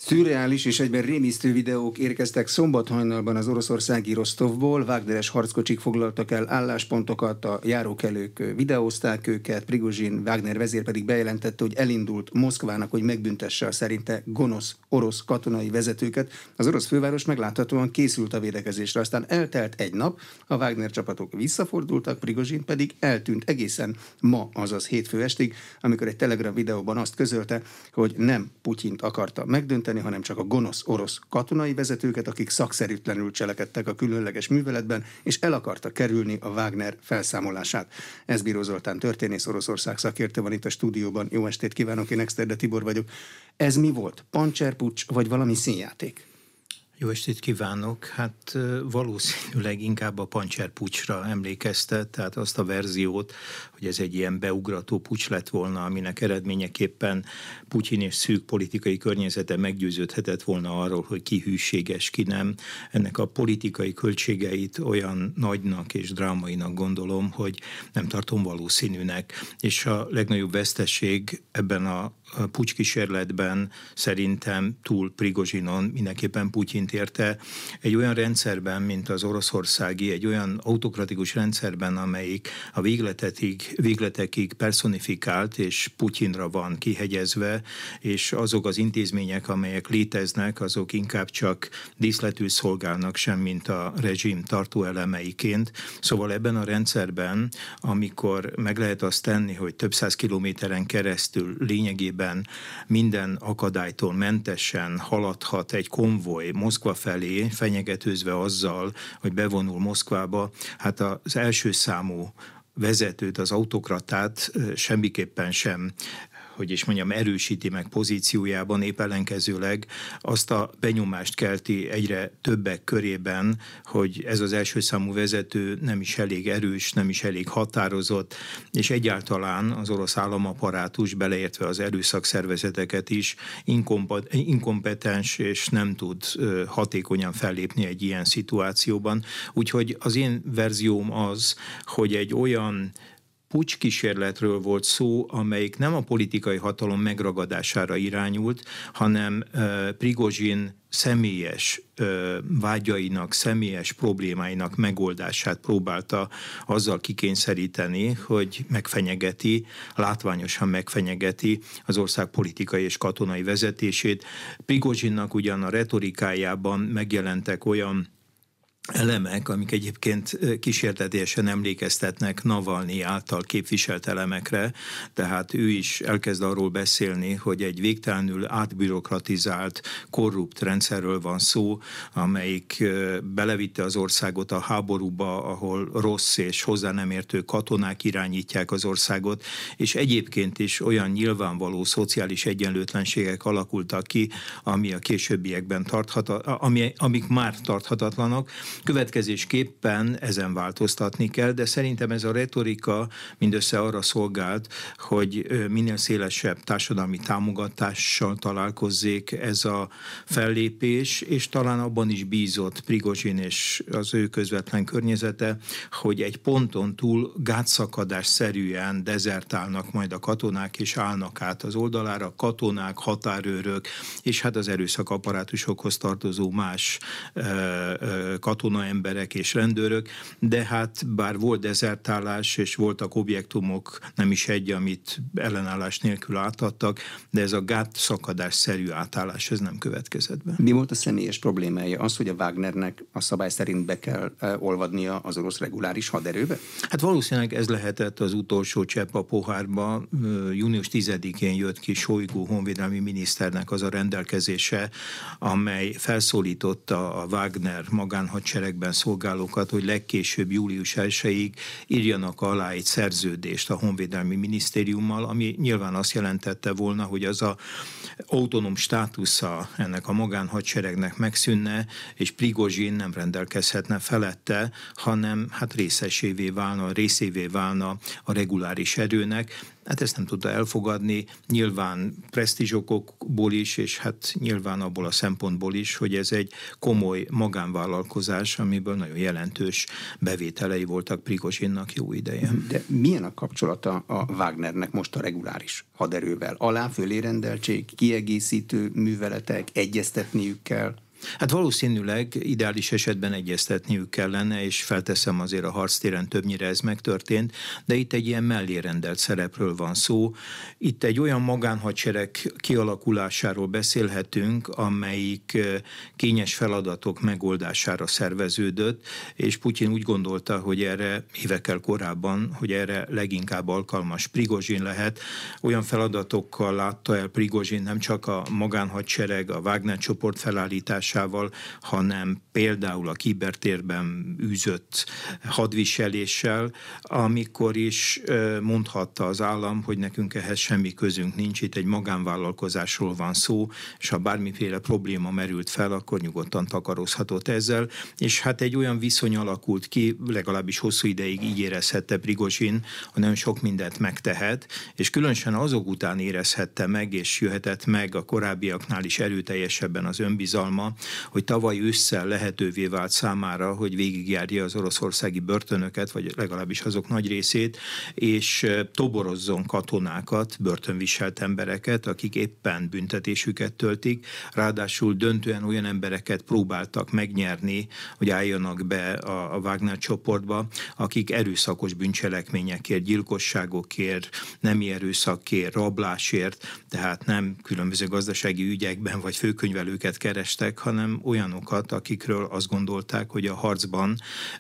Szürreális és egyben rémisztő videók érkeztek szombathajnalban az oroszországi Rostovból. Wagneres harckocsik foglaltak el álláspontokat, a járókelők videózták őket, Prigozsin, Wagner vezér pedig bejelentette, hogy elindult Moszkvának, hogy megbüntesse a szerinte gonosz orosz katonai vezetőket. Az orosz főváros megláthatóan készült a védekezésre, aztán eltelt egy nap, a Wagner csapatok visszafordultak, Prigozsin pedig eltűnt egészen ma, azaz hétfő estig, amikor egy Telegram videóban azt közölte, hogy nem Putyint akarta megdönteni, hanem csak a gonosz orosz katonai vezetőket, akik szakszerűtlenül cselekedtek a különleges műveletben, és el akarta kerülni a Wagner felszámolását. Eszbíró Zoltán történész, Oroszország szakértő van itt a stúdióban. Jó estét kívánok, én Exterde Tibor vagyok. Ez mi volt? Pancserpuccs vagy valami színjáték? Jó estét kívánok! Hát valószínűleg inkább a pancserpuccsra emlékeztet, tehát azt a verziót, hogy ez egy ilyen beugrató puccs lett volna, aminek eredményeképpen Putyin és szűk politikai környezete meggyőződhetett volna arról, hogy ki hűséges, ki nem. Ennek a politikai költségeit olyan nagynak és drámainak gondolom, hogy nem tartom valószínűnek. És a legnagyobb veszteség ebben a puccskísérletben szerintem túl Prigozsinon mindenképpen Putyint érte. Egy olyan rendszerben, mint az oroszországi, egy olyan autokratikus rendszerben, amelyik a végletekig personifikált és Putyinra van kihegyezve, és azok az intézmények, amelyek léteznek, azok inkább csak díszletül szolgálnak, semmint a rezsim tartó elemeiként. Szóval ebben a rendszerben, amikor meg lehet azt tenni, hogy több száz kilométeren keresztül lényegében minden akadálytól mentesen haladhat egy konvoj Moszkva felé, fenyegetőzve azzal, hogy bevonul Moszkvába, hát az első számú vezetőt, az autokratát semmiképpen sem, hogy is mondjam, erősíti meg pozíciójában, épp ellenkezőleg azt a benyomást kelti egyre többek körében, hogy ez az első számú vezető nem is elég erős, nem is elég határozott, és egyáltalán az orosz államaparátus, beleértve az erőszakszervezeteket is inkompetens, és nem tud hatékonyan fellépni egy ilyen szituációban. Úgyhogy az én verzióm az, hogy egy olyan puccskísérletről volt szó, amelyik nem a politikai hatalom megragadására irányult, hanem Prigozsin személyes vágyainak, személyes problémáinak megoldását próbálta azzal kikényszeríteni, hogy megfenyegeti, látványosan megfenyegeti az ország politikai és katonai vezetését. Prigozsinnak ugyan a retorikájában megjelentek olyan elemek, amik egyébként kísértetésen emlékeztetnek Navalnyi által képviselt elemekre, tehát ő is elkezd arról beszélni, hogy egy végtelenül átbürokratizált, korrupt rendszerről van szó, amelyik belevitte az országot a háborúba, ahol rossz és hozzá nem értő katonák irányítják az országot, és egyébként is olyan nyilvánvaló szociális egyenlőtlenségek alakultak ki, ami a későbbiekben amik már tarthatatlanok. Következésképpen ezen változtatni kell, de szerintem ez a retorika mindössze arra szolgált, hogy minél szélesebb társadalmi támogatással találkozzék ez a fellépés, és talán abban is bízott Prigozsin és az ő közvetlen környezete, hogy egy ponton túl gátszakadásszerűen dezertálnak majd a katonák, és állnak át az oldalára katonák, határőrök, és hát az erőszakapparátusokhoz tartozó más katonaemberek és rendőrök, de hát bár volt dezertálás, és voltak objektumok, nem is egy, amit ellenállás nélkül átadtak, de ez a gátszakadásszerű átállás, ez nem következett be. Mi volt a személyes problémája? Az, hogy a Wagnernek a szabály szerint be kell olvadnia az orosz reguláris haderőbe? Hát valószínűleg ez lehetett az utolsó csepp a pohárba. Június 10-én jött ki Sojgu honvédelmi miniszternek az a rendelkezése, amely felszólította a Wagner magánhadseregben szolgálókat, hogy legkésőbb július 1-ig írjanak alá egy szerződést a honvédelmi minisztériummal, ami nyilván azt jelentette volna, hogy az a autonóm státusza ennek a magánhadseregnek megszűnne, és Prigozsin nem rendelkezhetne felette, hanem hát részévé válna a reguláris erőnek, hát ezt nem tudta elfogadni, nyilván presztízsokokból is, és hát nyilván abból a szempontból is, hogy ez egy komoly magánvállalkozás, amiből nagyon jelentős bevételei voltak Prigozsinnak jó ideje. De milyen a kapcsolata a Wagnernek most a reguláris haderővel? Alá, fölé rendeltség, kiegészítő műveletek, egyeztetniük kell? Hát valószínűleg ideális esetben egyeztetniük kellene, és felteszem azért a harctéren többnyire ez megtörtént, de itt egy ilyen mellérendelt szerepről van szó. Itt egy olyan magánhadsereg kialakulásáról beszélhetünk, amelyik kényes feladatok megoldására szerveződött, és Putyin úgy gondolta, hogy erre évekkel korábban, hogy erre leginkább alkalmas Prigozsin lehet. Olyan feladatokkal látta el Prigozsin nem csak a magánhadsereg, a Wagner csoport felállításával, hanem például a kibertérben űzött hadviseléssel, amikor is mondhatta az állam, hogy nekünk ehhez semmi közünk nincs, itt egy magánvállalkozásról van szó, és ha bármiféle probléma merült fel, akkor nyugodtan takarozhatott ezzel, és hát egy olyan viszony alakult ki, legalábbis hosszú ideig így érezhette Prigozsin, hogy nagyon sok mindent megtehet, és különösen azok után érezhette meg, és jöhetett meg a korábbiaknál is erőteljesebben az önbizalma, hogy tavaly ősszel lehetővé vált számára, hogy végigjárja az oroszországi börtönöket, vagy legalábbis azok nagy részét, és toborozzon katonákat, börtönviselt embereket, akik éppen büntetésüket töltik, ráadásul döntően olyan embereket próbáltak megnyerni, hogy álljanak be a Wagner csoportba, akik erőszakos bűncselekményekért, gyilkosságokért, nemi erőszakért, rablásért, tehát nem különböző gazdasági ügyekben vagy főkönyvelőket kerestek, hanem olyanokat, akikről azt gondolták, hogy a harcban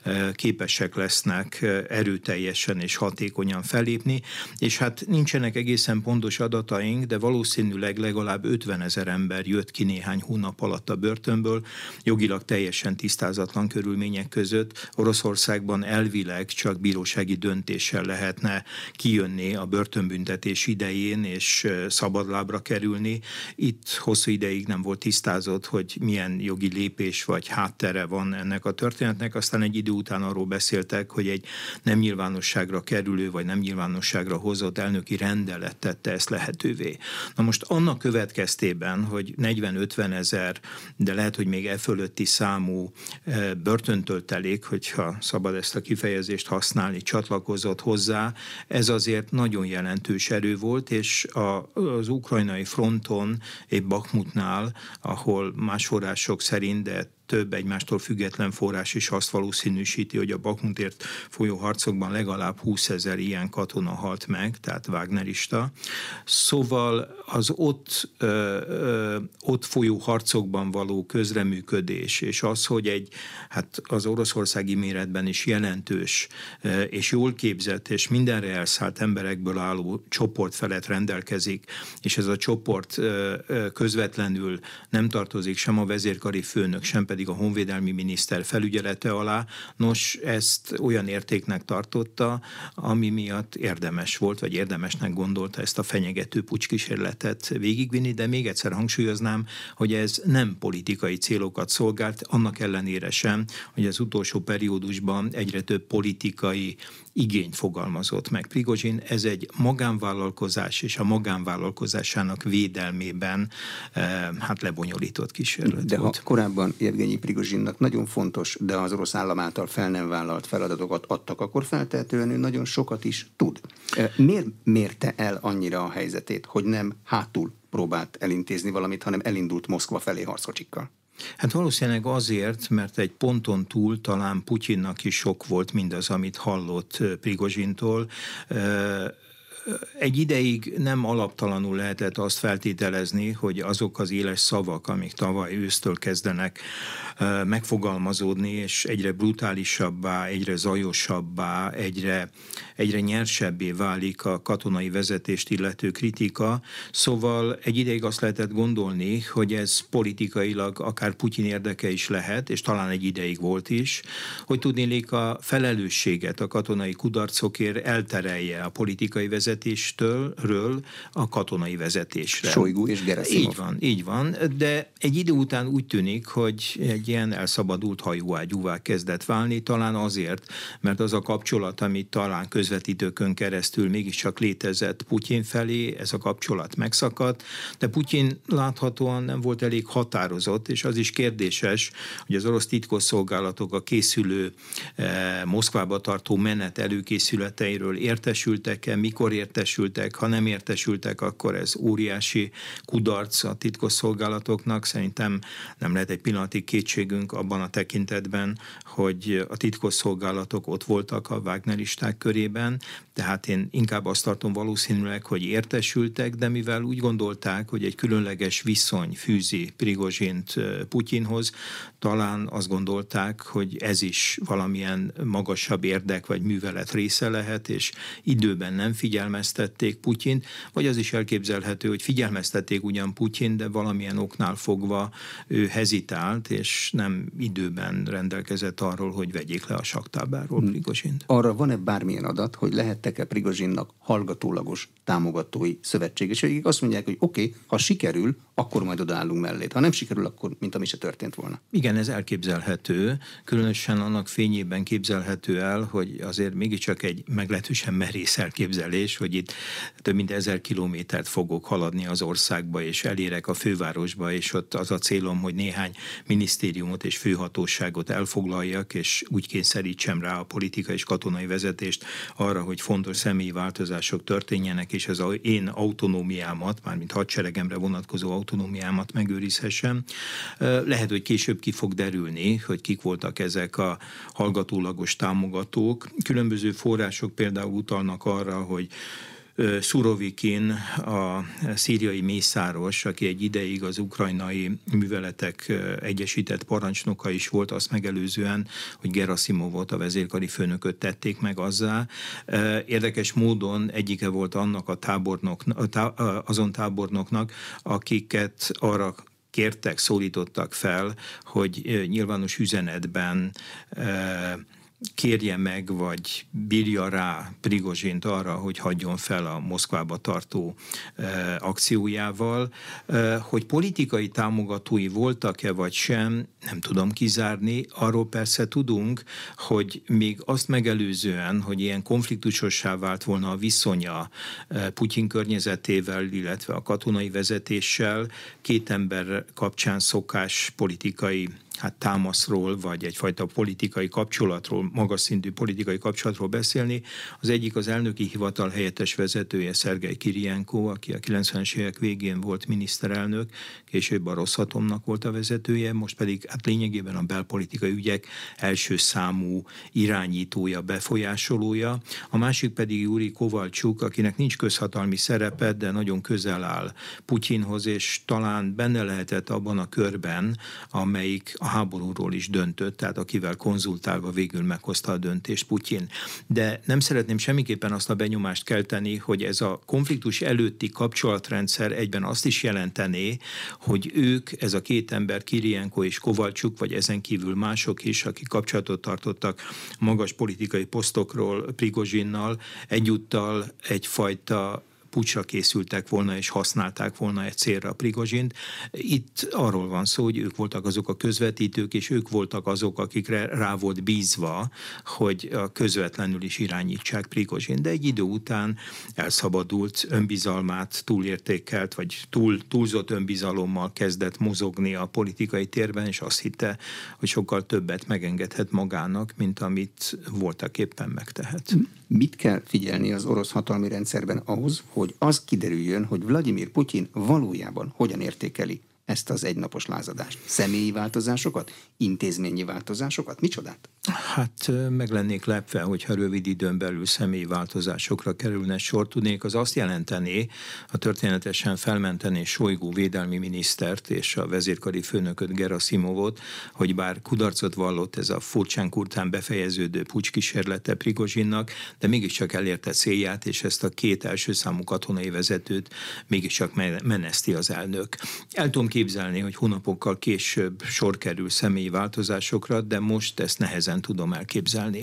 képesek lesznek erőteljesen és hatékonyan fellépni, és hát nincsenek egészen pontos adataink, de valószínűleg legalább 50 000 ember jött ki néhány hónap alatt a börtönből, jogilag teljesen tisztázatlan körülmények között. Oroszországban elvileg csak bírósági döntéssel lehetne kijönni a börtönbüntetés idején és szabadlábra kerülni. Itt hosszú ideig nem volt tisztázott, hogy milyen jogi lépés vagy háttere van ennek a történetnek, aztán egy idő után arról beszéltek, hogy egy nem nyilvánosságra kerülő vagy nem nyilvánosságra hozott elnöki rendelet tette ezt lehetővé. Na most annak következtében, hogy 40-50 000, de lehet, hogy még e fölötti számú börtöntöltelék, hogyha szabad ezt a kifejezést használni, csatlakozott hozzá, ez azért nagyon jelentős erő volt, és az ukrajnai fronton, épp Bakhmutnál, ahol más források szerint, de több egymástól független forrás is azt valószínűsíti, hogy a Bakhmutért folyó harcokban legalább 20 000 ilyen katona halt meg, tehát wagnerista. Szóval az ott folyó harcokban való közreműködés, és az, hogy hát az oroszországi méretben is jelentős, és jól képzett, és mindenre elszállt emberekből álló csoport felett rendelkezik, és ez a csoport közvetlenül nem tartozik sem a vezérkari főnök, sem pedig a honvédelmi miniszter felügyelete alá. Nos, ezt olyan értéknek tartotta, ami miatt érdemes volt, vagy érdemesnek gondolta ezt a fenyegető pucskísérletet végigvinni, de még egyszer hangsúlyoznám, hogy ez nem politikai célokat szolgált, annak ellenére sem, hogy az utolsó periódusban egyre több politikai igényt fogalmazott meg Prigozsin. Ez egy magánvállalkozás, és a magánvállalkozásának védelmében hát lebonyolított kísérlet de volt. Ha korábban Jevgenyi Prigozsinnak nagyon fontos, de az orosz állam által fel nem vállalt feladatokat adtak, akkor feltehetően ő nagyon sokat is tud. Miért mérte el annyira a helyzetét, hogy nem hátul próbált elintézni valamit, hanem elindult Moszkva felé harckocsikkal? Hát valószínűleg azért, mert egy ponton túl talán Putyinnak is sok volt mindaz, amit hallott Prigozsintól. Egy ideig nem alaptalanul lehetett azt feltételezni, hogy azok az éles szavak, amik tavaly ősztől kezdenek megfogalmazódni, és egyre brutálisabbá, egyre zajosabbá, egyre nyersebbé válik a katonai vezetést illető kritika. Szóval egy ideig azt lehetett gondolni, hogy ez politikailag akár Putyin érdeke is lehet, és talán egy ideig volt is, hogy tudnélik a felelősséget a katonai kudarcokért elterelje a politikai vezetést, vezetéstől a katonai vezetésre. Šojgu és Gerasimov. Így van, de egy idő után úgy tűnik, hogy egy ilyen elszabadult hajóágyúvá kezdett válni, talán azért, mert az a kapcsolat, amit talán közvetítőkön keresztül mégiscsak létezett Putyin felé, ez a kapcsolat megszakadt, de Putyin láthatóan nem volt elég határozott, és az is kérdéses, hogy az orosz titkosszolgálatok a készülő Moszkvába tartó menet előkészületeiről értesültek-e, mikor értesültek, ha nem értesültek, akkor ez óriási kudarc a titkosszolgálatoknak. Szerintem nem lehet egy pillanatig kétségünk abban a tekintetben, hogy a titkosszolgálatok ott voltak a wagneristák körében, tehát én inkább azt tartom valószínűleg, hogy értesültek, de mivel úgy gondolták, hogy egy különleges viszony fűzi Prigozsint Putyinhoz, talán azt gondolták, hogy ez is valamilyen magasabb érdek vagy művelet része lehet, és időben nem figyelmeztették Putyint, vagy az is elképzelhető, hogy figyelmeztették ugyan Putyin, de valamilyen oknál fogva ő hezitált, és nem időben rendelkezett arról, hogy vegyék le a sakktábláról Prigozsint. Arra van-e bármilyen adat, hogy lehettek-e Prigozsinnak hallgatólagos támogatói szövetségesek, akik azt mondják, hogy oké, ha sikerül, akkor majd odaállunk mellé. Ha nem sikerül, akkor mint ami se történt volna. Igen, ez elképzelhető. Különösen annak fényében képzelhető el, hogy azért mégiscsak egy meglehetősen merész elképzelés, hogy itt több mint 1000 kilométert fogok haladni az országba, és elérek a fővárosba, és ott az a célom, hogy néhány minisztériumot és főhatóságot elfoglaljak, és úgy kényszerítsem rá a politikai és katonai vezetést arra, hogy fontos személyi változások történjenek, és ez az én autonómiámat, mármint hadseregemre vonatkozó autonómiámat megőrizhessem. Lehet, hogy később ki fog derülni, hogy kik voltak ezek a hallgatólagos támogatók. Különböző források például utalnak arra, hogy Szurovikin, a szíriai mészáros, aki egy ideig az ukrajnai műveletek egyesített parancsnoka is volt, azt megelőzően, hogy Gerasimovot, a vezérkari főnököt tették meg azzá. Érdekes módon egyike volt annak azon tábornoknak, akiket arra kértek, szólítottak fel, hogy nyilvános üzenetben kérje meg, vagy bírja rá Prigozsint arra, hogy hagyjon fel a Moszkvába tartó akciójával. Hogy politikai támogatói voltak-e vagy sem, nem tudom kizárni. Arról persze tudunk, hogy még azt megelőzően, hogy ilyen konfliktusossá vált volna a viszonya Putyin környezetével, illetve a katonai vezetéssel, két ember kapcsán szokás politikai támaszról, vagy egyfajta politikai kapcsolatról, magas szintű politikai kapcsolatról beszélni. Az egyik az elnöki hivatal helyettes vezetője, Szergej Kirjenko, aki a 90-es évek végén volt miniszterelnök, később a Rosszatomnak volt a vezetője, most pedig lényegében a belpolitikai ügyek első számú irányítója, befolyásolója. A másik pedig Jurij Kovalcsuk, akinek nincs közhatalmi szerepe, de nagyon közel áll Putyinhoz, és talán benne lehetett abban a körben, amelyik a háborúról is döntött, tehát akivel konzultálva végül meghozta a döntést Putyin. De nem szeretném semmiképpen azt a benyomást kelteni, hogy ez a konfliktus előtti kapcsolatrendszer egyben azt is jelentené, hogy ők, ez a két ember, Kirjenko és Kovalcsuk, vagy ezen kívül mások is, akik kapcsolatot tartottak magas politikai posztokról Prigozsinnal, egyúttal egyfajta puccsra készültek volna és használták volna egy célra Prigozsint. Itt arról van szó, hogy ők voltak azok a közvetítők, és ők voltak azok, akikre rá volt bízva, hogy közvetlenül is irányítsák Prigozsint. De egy idő után elszabadult, önbizalmát túlértékelt, vagy túlzott önbizalommal kezdett mozogni a politikai térben, és azt hitte, hogy sokkal többet megengedhet magának, mint amit voltak éppen megtehet. Mit kell figyelni az orosz hatalmi rendszerben ahhoz, hogy az kiderüljön, hogy Vladimir Putyin valójában hogyan értékeli ezt az egynapos lázadást? Személyi változásokat? Intézményi változásokat? Micsodát? Hát meg lennék lepve, hogyha rövid időn belül személyi változásokra kerülne sor. Tudnék, az azt jelentené, ha történetesen felmentené Šojgu védelmi minisztert és a vezérkari főnököt, Gerasimovot, hogy bár kudarcot vallott ez a furcsán kurtán befejeződő pucskísérlete Prigozsinnak, de mégiscsak elérte célját, és ezt a két első számú katonai vezetőt mégiscsak meneszti az elnök. El tudom képzelni, hogy hónapokkal később sor kerül személyi változásokra, de most ezt nehezen nehezen tudom elképzelni.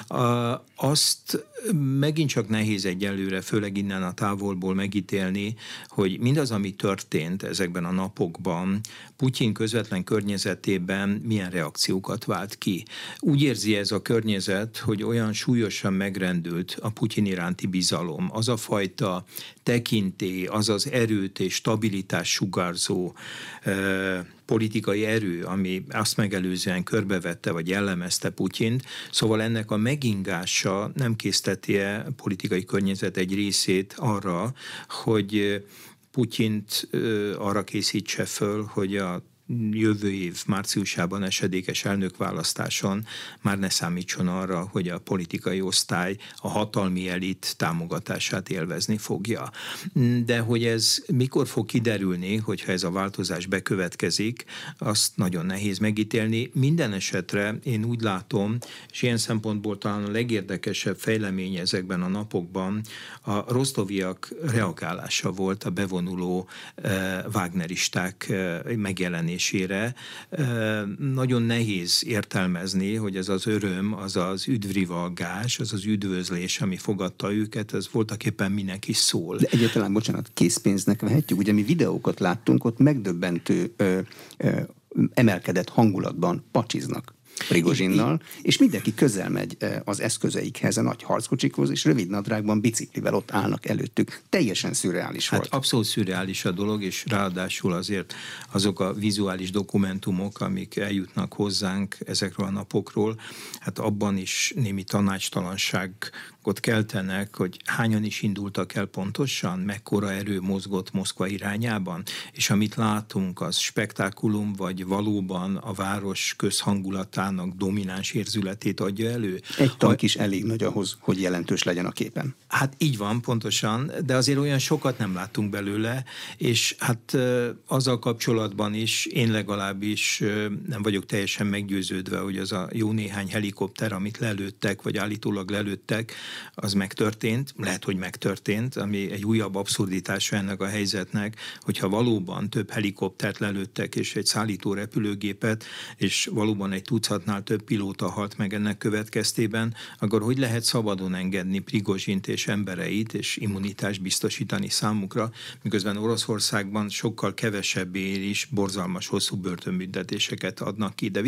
Azt megint csak nehéz egyelőre, főleg innen a távolból megítélni, hogy mindaz, ami történt ezekben a napokban, Putyin közvetlen környezetében milyen reakciókat vált ki. Úgy érzi ez a környezet, hogy olyan súlyosan megrendült a Putyin iránti bizalom, az a fajta tekintély, az az erőt és stabilitás sugárzó politikai erő, ami azt megelőzően körbevette vagy jellemezte Putyint, szóval ennek a megingása nem készteti-e a politikai környezet egy részét arra, hogy Putyint arra készítse föl, hogy a jövő év márciusában esedékes elnökválasztáson már ne számítson arra, hogy a politikai osztály a hatalmi elit támogatását élvezni fogja. De hogy ez mikor fog kiderülni, hogyha ez a változás bekövetkezik, azt nagyon nehéz megítélni. Minden esetre én úgy látom, és ilyen szempontból talán a legérdekesebb fejlemény ezekben a napokban a rostoviak reagálása volt a bevonuló wagneristák megjelenésére. Nagyon nehéz értelmezni, hogy ez az öröm, az az üdvrivalgás, az az üdvözlés, ami fogadta őket, ez voltaképpen mindenki szól. De egyáltalán, bocsánat, készpénznek vehetjük. Ugye mi videókat láttunk, ott megdöbbentő emelkedett hangulatban pacsiznak Prigozsinnal, és mindenki közel megy az eszközeikhez, a nagy harckocsikhoz, és rövid nadrágban, biciklivel ott állnak előttük. Teljesen szürreális volt. Hát abszolút szürreális a dolog, és ráadásul azért azok a vizuális dokumentumok, amik eljutnak hozzánk ezekről a napokról, hát abban is némi tanácstalanságot keltenek, hogy hányan is indultak el pontosan, mekkora erő mozgott Moszkva irányában, és amit látunk, az spektákulum, vagy valóban a város közhangulatának domináns érzületét adja elő. Egy tank is elég nagy ahhoz, hogy jelentős legyen a képen. Hát így van, pontosan, de azért olyan sokat nem láttunk belőle, és hát azzal kapcsolatban is én legalábbis nem vagyok teljesen meggyőződve, hogy az a jó néhány helikopter, amit lelőttek, vagy állítólag lelőttek, az megtörtént, lehet, hogy megtörtént, ami egy újabb abszurditása ennek a helyzetnek, hogyha valóban több helikoptert lelőttek, és egy szállító repülőgépet, és valóban egy tucatnál több pilóta halt meg ennek következtében, akkor hogy lehet szabadon engedni Prigozsint és embereit, és immunitást biztosítani számukra, miközben Oroszországban sokkal kevesebbért is borzalmas hosszú börtönbüntetéseket adnak ki. De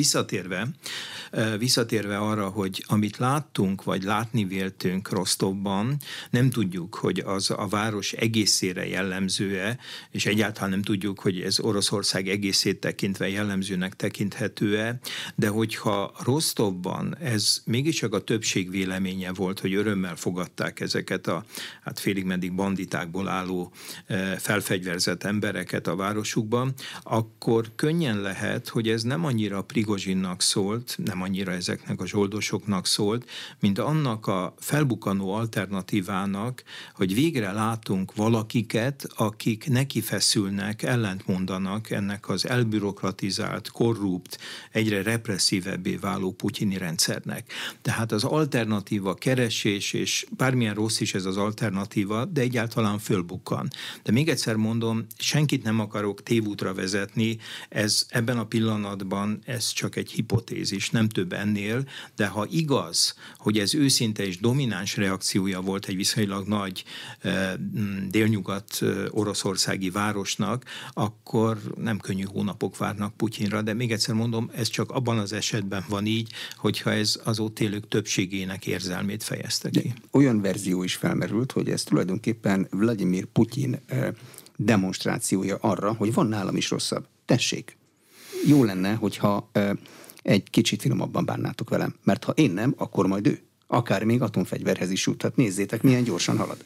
visszatérve arra, hogy amit láttunk, vagy látni véltünk Rostovban, nem tudjuk, hogy az a város egészére jellemző-e, és egyáltalán nem tudjuk, hogy ez Oroszország egészét tekintve jellemzőnek tekinthető-e, de hogyha Rostovban ez mégiscsak a többség véleménye volt, hogy örömmel fogadták ezeket a félig meddig banditákból álló felfegyverzett embereket a városukban, akkor könnyen lehet, hogy ez nem annyira Prigozsinnak szólt, nem annyira ezeknek a zsoldosoknak szólt, mint annak a felbukkanó alternatívának, hogy végre látunk valakiket, akik nekifeszülnek, ellentmondanak ennek az elbürokratizált, korrupt, egyre represszívebbé váló putyini rendszernek. Tehát az alternatíva keresés, és bármilyen rossz is ez az alternatíva, de egyáltalán fölbukkan. De még egyszer mondom, senkit nem akarok tévútra vezetni, ez ebben a pillanatban ez csak egy hipotézis, nem több ennél, de ha igaz, hogy ez őszinte és domináns reakciója volt egy viszonylag nagy délnyugat oroszországi városnak, akkor nem könnyű hónapok várnak Putyinra, de még egyszer mondom, ez csak abban az esetben van így, hogyha ez az ott élők többségének érzelmét fejezte ki. De olyan verzió is felmerült, hogy ez tulajdonképpen Vladimir Putyin demonstrációja arra, hogy van nálam is rosszabb. Tessék, jó lenne, hogyha egy kicsit finomabban bánnátok velem, mert ha én nem, akkor majd ő. Akár még atomfegyverhez is juthat. Nézzétek, milyen gyorsan halad.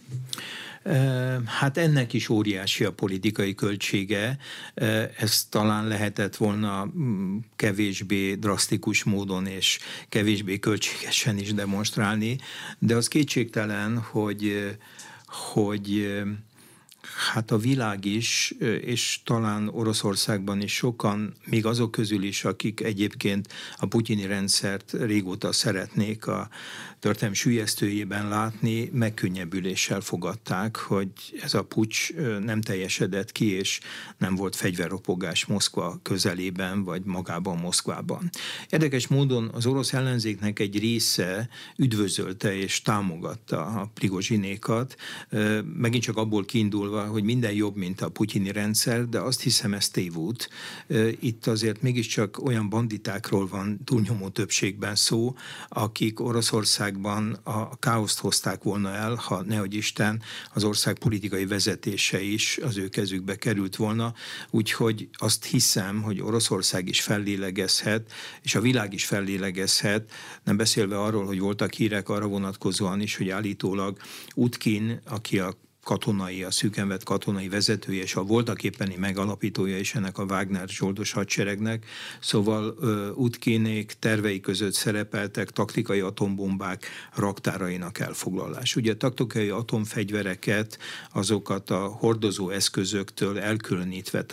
Hát ennek is óriási a politikai költsége. Ezt talán lehetett volna kevésbé drasztikus módon és kevésbé költségesen is demonstrálni, de az kétségtelen, hogy Hát a világ is, és talán Oroszországban is sokan, még azok közül is, akik egyébként a putyini rendszert régóta szeretnék a történelem süllyesztőjében látni, megkönnyebbüléssel fogadták, hogy ez a puccs nem teljesedett ki, és nem volt fegyverropogás Moszkva közelében, vagy magában Moszkvában. Érdekes módon az orosz ellenzéknek egy része üdvözölte és támogatta a Prigozsinékat, megint csak abból kiindulva, hogy minden jobb, mint a putyini rendszer, de azt hiszem, ez tévút. Itt azért mégiscsak olyan banditákról van túlnyomó többségben szó, akik Oroszországban a káoszt hozták volna el, ha nehogy Isten az ország politikai vezetése is az ő kezükbe került volna. Úgyhogy azt hiszem, hogy Oroszország is fellélegezhet, és a világ is fellélegezhet, nem beszélve arról, hogy voltak hírek arra vonatkozóan is, hogy állítólag Utkin, aki a szűken vett katonai vezetője, és a voltak éppeni megalapítója is ennek a Wagner zsoldos hadseregnek. Szóval Utkinék tervei között szerepeltek taktikai atombombák raktárainak elfoglalás. Ugye taktikai atomfegyvereket, azokat a hordozó eszközöktől elkülönítve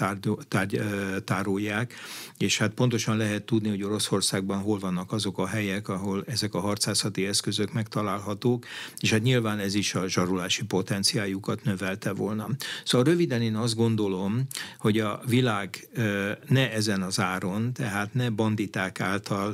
tárolják, és hát pontosan lehet tudni, hogy Oroszországban hol vannak azok a helyek, ahol ezek a harcászati eszközök megtalálhatók, és hát nyilván ez is a zsarolási potenciáljukat növelte volna. Szóval röviden én azt gondolom, hogy a világ ne ezen az áron, tehát ne banditák által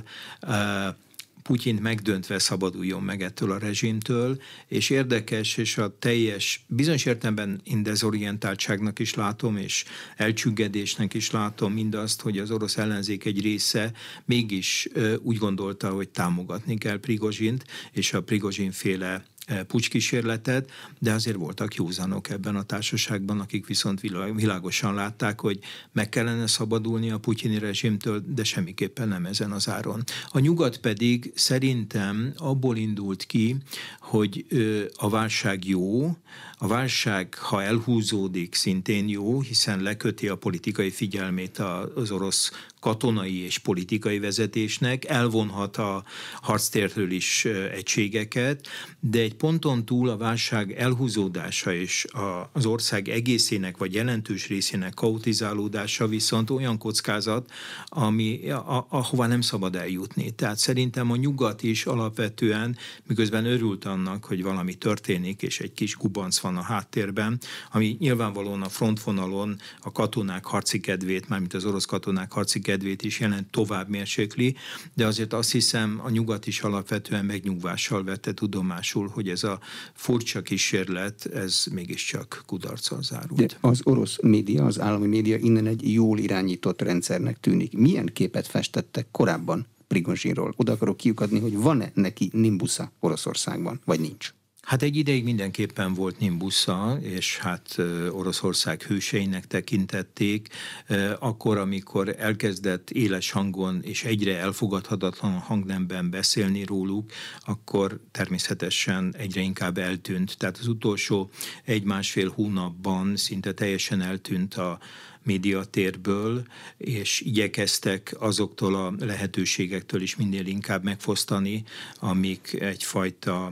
Putyint megdöntve szabaduljon meg ettől a rezsimtől, és érdekes, és a teljes, bizonyos értelemben én dezorientáltságnak is látom, és elcsüggedésnek is látom mindazt, hogy az orosz ellenzék egy része mégis úgy gondolta, hogy támogatni kell Prigozsint, és a Prigozsin-féle pucskísérletet, de azért voltak józanok ebben a társaságban, akik viszont világosan látták, hogy meg kellene szabadulni a putyini rezsimtől, de semmiképpen nem ezen az áron. A nyugat pedig szerintem abból indult ki, hogy a válság jó, a válság, ha elhúzódik, szintén jó, hiszen leköti a politikai figyelmét az orosz katonai és politikai vezetésnek, elvonhat a harctérről is egységeket, de egy ponton túl a válság elhúzódása és az ország egészének vagy jelentős részének kaotizálódása viszont olyan kockázat, ahová nem szabad eljutni. Tehát szerintem a nyugat is alapvetően, miközben örült annak, hogy valami történik, és egy kis gubanc van a háttérben, ami nyilvánvalóan a frontvonalon a katonák harci kedvét, mármint az orosz katonák harci kedvét is jelent tovább mérsékli, de azért azt hiszem, a nyugat is alapvetően megnyugvással vette tudomásul, hogy ez a furcsa kísérlet, ez mégiscsak kudarccal zárult. De az orosz média, az állami média innen egy jól irányított rendszernek tűnik. Milyen képet festettek korábban Prigozsinról? Oda akarok kiukadni, hogy van-e neki nimbusza Oroszországban, vagy nincs? Hát egy ideig mindenképpen volt nimbusza, és hát Oroszország hőseinek tekintették. Akkor, amikor elkezdett éles hangon és egyre elfogadhatatlan hangnemben beszélni róluk, akkor természetesen egyre inkább eltűnt. Tehát az utolsó 1-1,5 hónapban szinte teljesen eltűnt a médiatérből, és igyekeztek azoktól a lehetőségektől is minél inkább megfosztani, amik egyfajta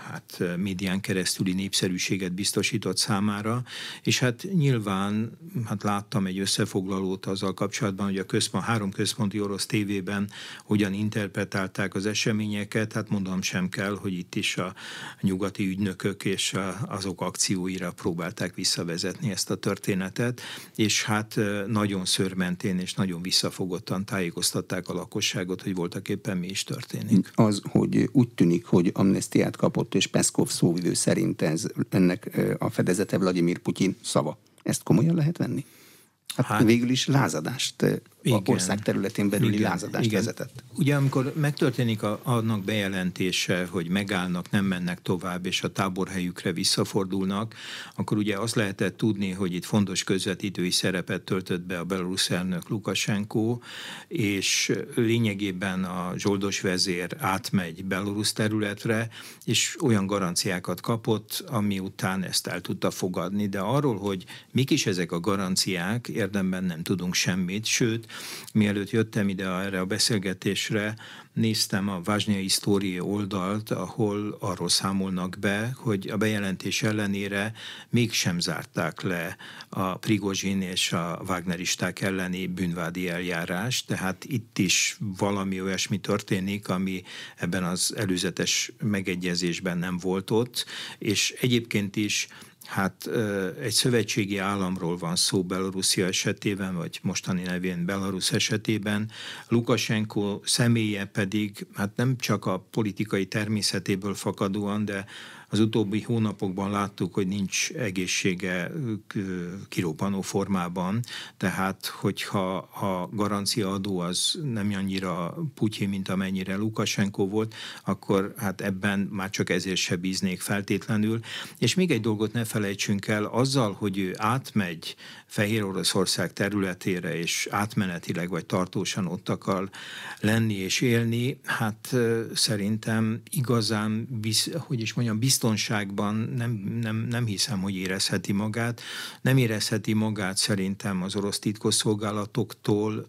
médián keresztüli népszerűséget biztosított számára, és hát nyilván láttam egy összefoglalót azzal kapcsolatban, hogy a 3 központi orosz tévében hogyan interpretálták az eseményeket, hát mondanom sem kell, hogy itt is a nyugati ügynökök és azok akcióira próbálták visszavezetni ezt a történetet, és hát nagyon szőrmentén és nagyon visszafogottan tájékoztatták a lakosságot, hogy voltak éppen mi is történik. Az, hogy úgy tűnik, hogy amnesztiát kapott, és Peszkov szóvivő szerint ennek a fedezete Vladimir Putyin szava. Ezt komolyan lehet venni? Hát végül is lázadást, a ország területén belüli lázadást vezetett. Ugye amikor megtörténik annak bejelentése, hogy megállnak, nem mennek tovább, és a táborhelyükre visszafordulnak, akkor ugye azt lehetett tudni, hogy itt fontos közvetítői szerepet töltött be a belorusz elnök Lukasenko, és lényegében a zsoldos vezér átmegy belorusz területre, és olyan garanciákat kapott, ami után ezt el tudta fogadni. De arról, hogy mik is ezek a garanciák, érdemben nem tudunk semmit, sőt, mielőtt jöttem ide erre a beszélgetésre, néztem a Vajsnaya Historie oldalt, ahol arról számolnak be, hogy a bejelentés ellenére mégsem zárták le a Prigozsin és a wagneristák elleni bűnvádi eljárást, tehát itt is valami olyasmi történik, ami ebben az előzetes megegyezésben nem volt ott, és egyébként is hát egy szövetségi államról van szó Belorusszia esetében, vagy mostani nevén Belarus esetében. Lukasenko személye pedig hát nem csak a politikai természetéből fakadóan, de az utóbbi hónapokban láttuk, hogy nincs egészsége kirobbanó formában, tehát hogyha a garanciaadó az nem annyira Putyin, mint amennyire Lukasenko volt, akkor hát ebben már csak ezért se bíznék feltétlenül. És még egy dolgot ne felejtsünk el, azzal, hogy ő átmegy Fehér Oroszország területére, és átmenetileg vagy tartósan ott akar lenni és élni, hát szerintem igazán, biztonságban nem hiszem, hogy érezheti magát. Nem érezheti magát szerintem az orosz titkosszolgálatoktól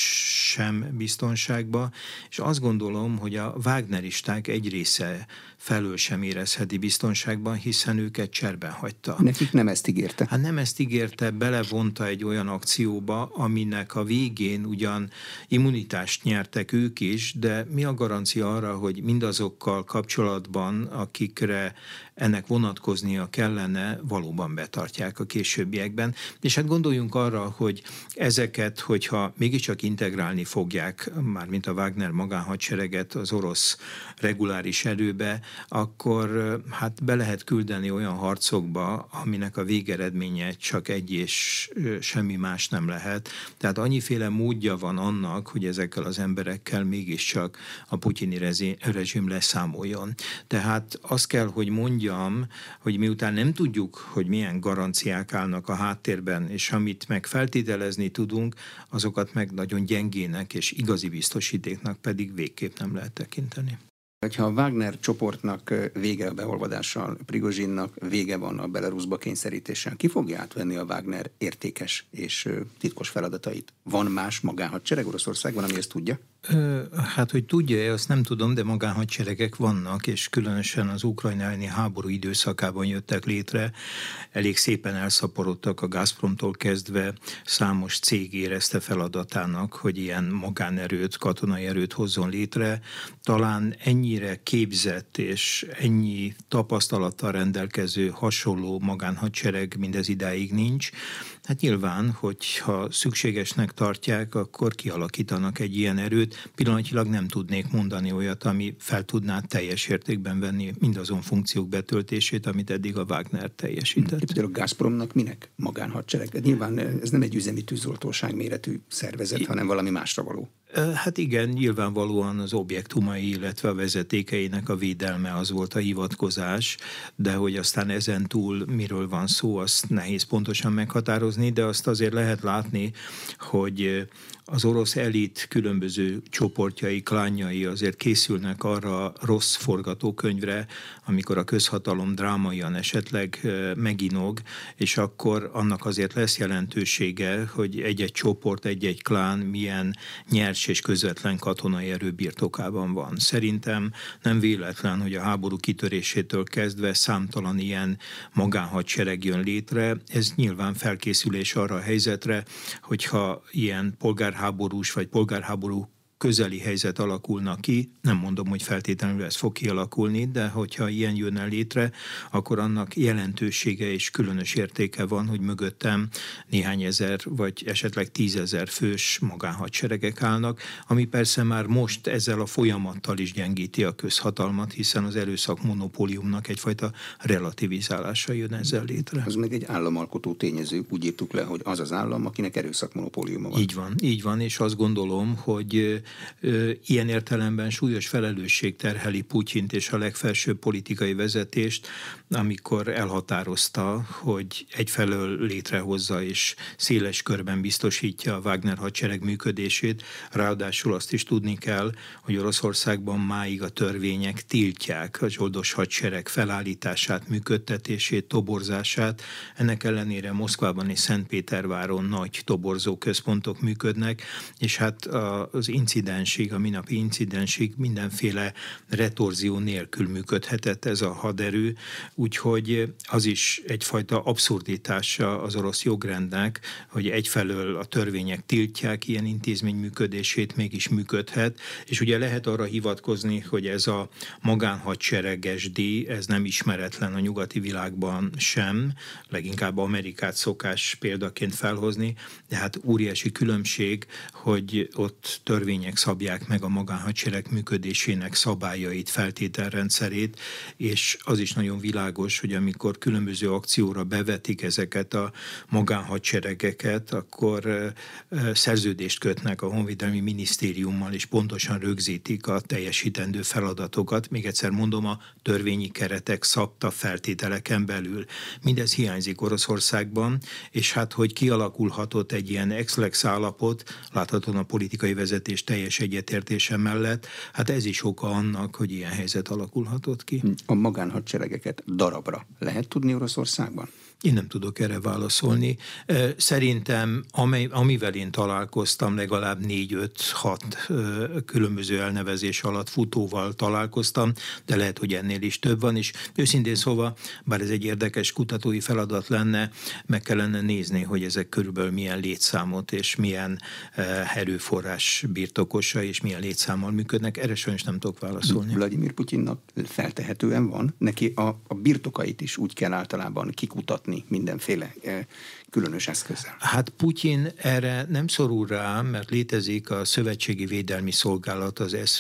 sem biztonságba, és azt gondolom, hogy a wagneristák egy része felől sem érezheti biztonságban, hiszen őket cserben hagyta. Nekik nem ezt ígérte. Hát nem ezt ígérte, belevonta egy olyan akcióba, aminek a végén ugyan immunitást nyertek ők is, de mi a garancia arra, hogy mindazokkal kapcsolatban, akikre ennek vonatkoznia kellene, valóban betartják a későbbiekben. És hát gondoljunk arra, hogy ezeket, hogyha mégiscsak integrálni fogják, mármint a Wagner magánhadsereget az orosz reguláris erőbe, akkor hát be lehet küldeni olyan harcokba, aminek a végeredménye csak egy és semmi más nem lehet. Tehát annyiféle módja van annak, hogy ezekkel az emberekkel mégiscsak a putyini rezsim leszámoljon. Tehát azt kell, hogy mondjam, hogy miután nem tudjuk, hogy milyen garanciák állnak a háttérben, és amit meg feltételezni tudunk, azokat meg nagyon gyengének és igazi biztosítéknak pedig végképp nem lehet tekinteni. Ha a Wagner csoportnak vége a beolvadással, Prigozsinnak vége van a Belarusba kényszerítéssel, ki fogja átvenni a Wagner értékes és titkos feladatait? Van más magánhadsereg Oroszországban, ami ezt tudja? Hát, hogy tudja-e, azt nem tudom, de magánhadseregek vannak, és különösen az Ukrajna elleni háború időszakában jöttek létre. Elég szépen elszaporodtak a Gazpromtól kezdve, számos cég érezte feladatának, hogy ilyen magánerőt, katonai erőt hozzon létre. Talán ennyire képzett és ennyi tapasztalattal rendelkező hasonló magánhadsereg mindez idáig nincs. Hát nyilván, hogyha szükségesnek tartják, akkor kialakítanak egy ilyen erőt. Pillanatilag nem tudnék mondani olyat, ami fel tudná teljes értékben venni mindazon funkciók betöltését, amit eddig a Wagner teljesített. Például a Gazpromnak minek magánhadsereg? Nyilván ez nem egy üzemi tűzoltóság méretű szervezet, hanem valami másra való. Hát igen, nyilvánvalóan az objektumai, illetve a vezetékeinek a védelme az volt a hivatkozás, de hogy aztán ezen túl miről van szó, azt nehéz pontosan meghatározni, de azt azért lehet látni, hogy az orosz elit különböző csoportjai, klánjai azért készülnek arra a rossz forgatókönyvre, amikor a közhatalom drámaian esetleg meginog, és akkor annak azért lesz jelentősége, hogy egy-egy csoport, egy-egy klán milyen nyers és közvetlen katonai erő birtokában van. Szerintem nem véletlen, hogy a háború kitörésétől kezdve számtalan ilyen magánhadsereg jön létre. Ez nyilván felkészülés arra a helyzetre, hogyha ilyen polgárháborús vagy polgárháború közeli helyzet alakulna ki, nem mondom, hogy feltétlenül ez fog kialakulni, de hogyha ilyen jönne létre, akkor annak jelentősége és különös értéke van, hogy mögöttem néhány ezer vagy esetleg 10 000 fős magánhadseregek állnak, ami persze már most ezzel a folyamattal is gyengíti a közhatalmat, hiszen az erőszak monopóliumnak egyfajta relativizálása jön ezzel létre. Az meg egy államalkotó tényező, úgy írtuk le, hogy az az állam, akinek erőszak monopóliuma van. Így van, és azt gondolom, hogy ilyen értelemben súlyos felelősség terheli Putyint és a legfelsőbb politikai vezetést, amikor elhatározta, hogy egyfelől létrehozza és széles körben biztosítja a Wagner hadsereg működését. Ráadásul azt is tudni kell, hogy Oroszországban máig a törvények tiltják a zsoldos hadsereg felállítását, működtetését, toborzását. Ennek ellenére Moszkvában és Szentpéterváron nagy toborzó központok működnek, és hát az incidensig, a minapi incidensig mindenféle retorzió nélkül működhetett ez a haderő, úgyhogy az is egyfajta abszurditása az orosz jogrendnek, hogy egyfelől a törvények tiltják ilyen intézmény működését, mégis működhet, és ugye lehet arra hivatkozni, hogy ez a magánhadsereges díj, ez nem ismeretlen a nyugati világban sem, leginkább Amerikát szokás példaként felhozni, de hát óriási különbség, hogy ott törvények szabják meg a magánhadsereg működésének szabályait, feltételrendszerét, és az is nagyon világos, hogy amikor különböző akcióra bevetik ezeket a magánhadseregeket, akkor szerződést kötnek a Honvédelmi Minisztériummal, és pontosan rögzítik a teljesítendő feladatokat. Még egyszer mondom, a törvényi keretek szabta feltételeken belül. Mindez hiányzik Oroszországban, és hát, hogy kialakulhatott egy ilyen ex-lex állapot, láthatóan a politikai vezetés teljes egyetértése mellett, hát ez is oka annak, hogy ilyen helyzet alakulhatott ki. A magánhadseregeket darabra lehet tudni Oroszországban? Én nem tudok erre válaszolni. Szerintem, amivel én találkoztam, legalább 4-5-6 különböző elnevezés alatt futóval találkoztam, de lehet, hogy ennél is több van, és őszintén szóval, bár ez egy érdekes kutatói feladat lenne, meg kellene nézni, hogy ezek körülbelül milyen létszámot és milyen erőforrás birtokosa és milyen létszámmal működnek. Erre sajnos nem tudok válaszolni. Vladimir Putyinnak feltehetően van, neki a birtokait is úgy kell általában kikutatni mindenféle különös eszközzel. Hát Putyin erre nem szorul rá, mert létezik a Szövetségi Védelmi Szolgálat,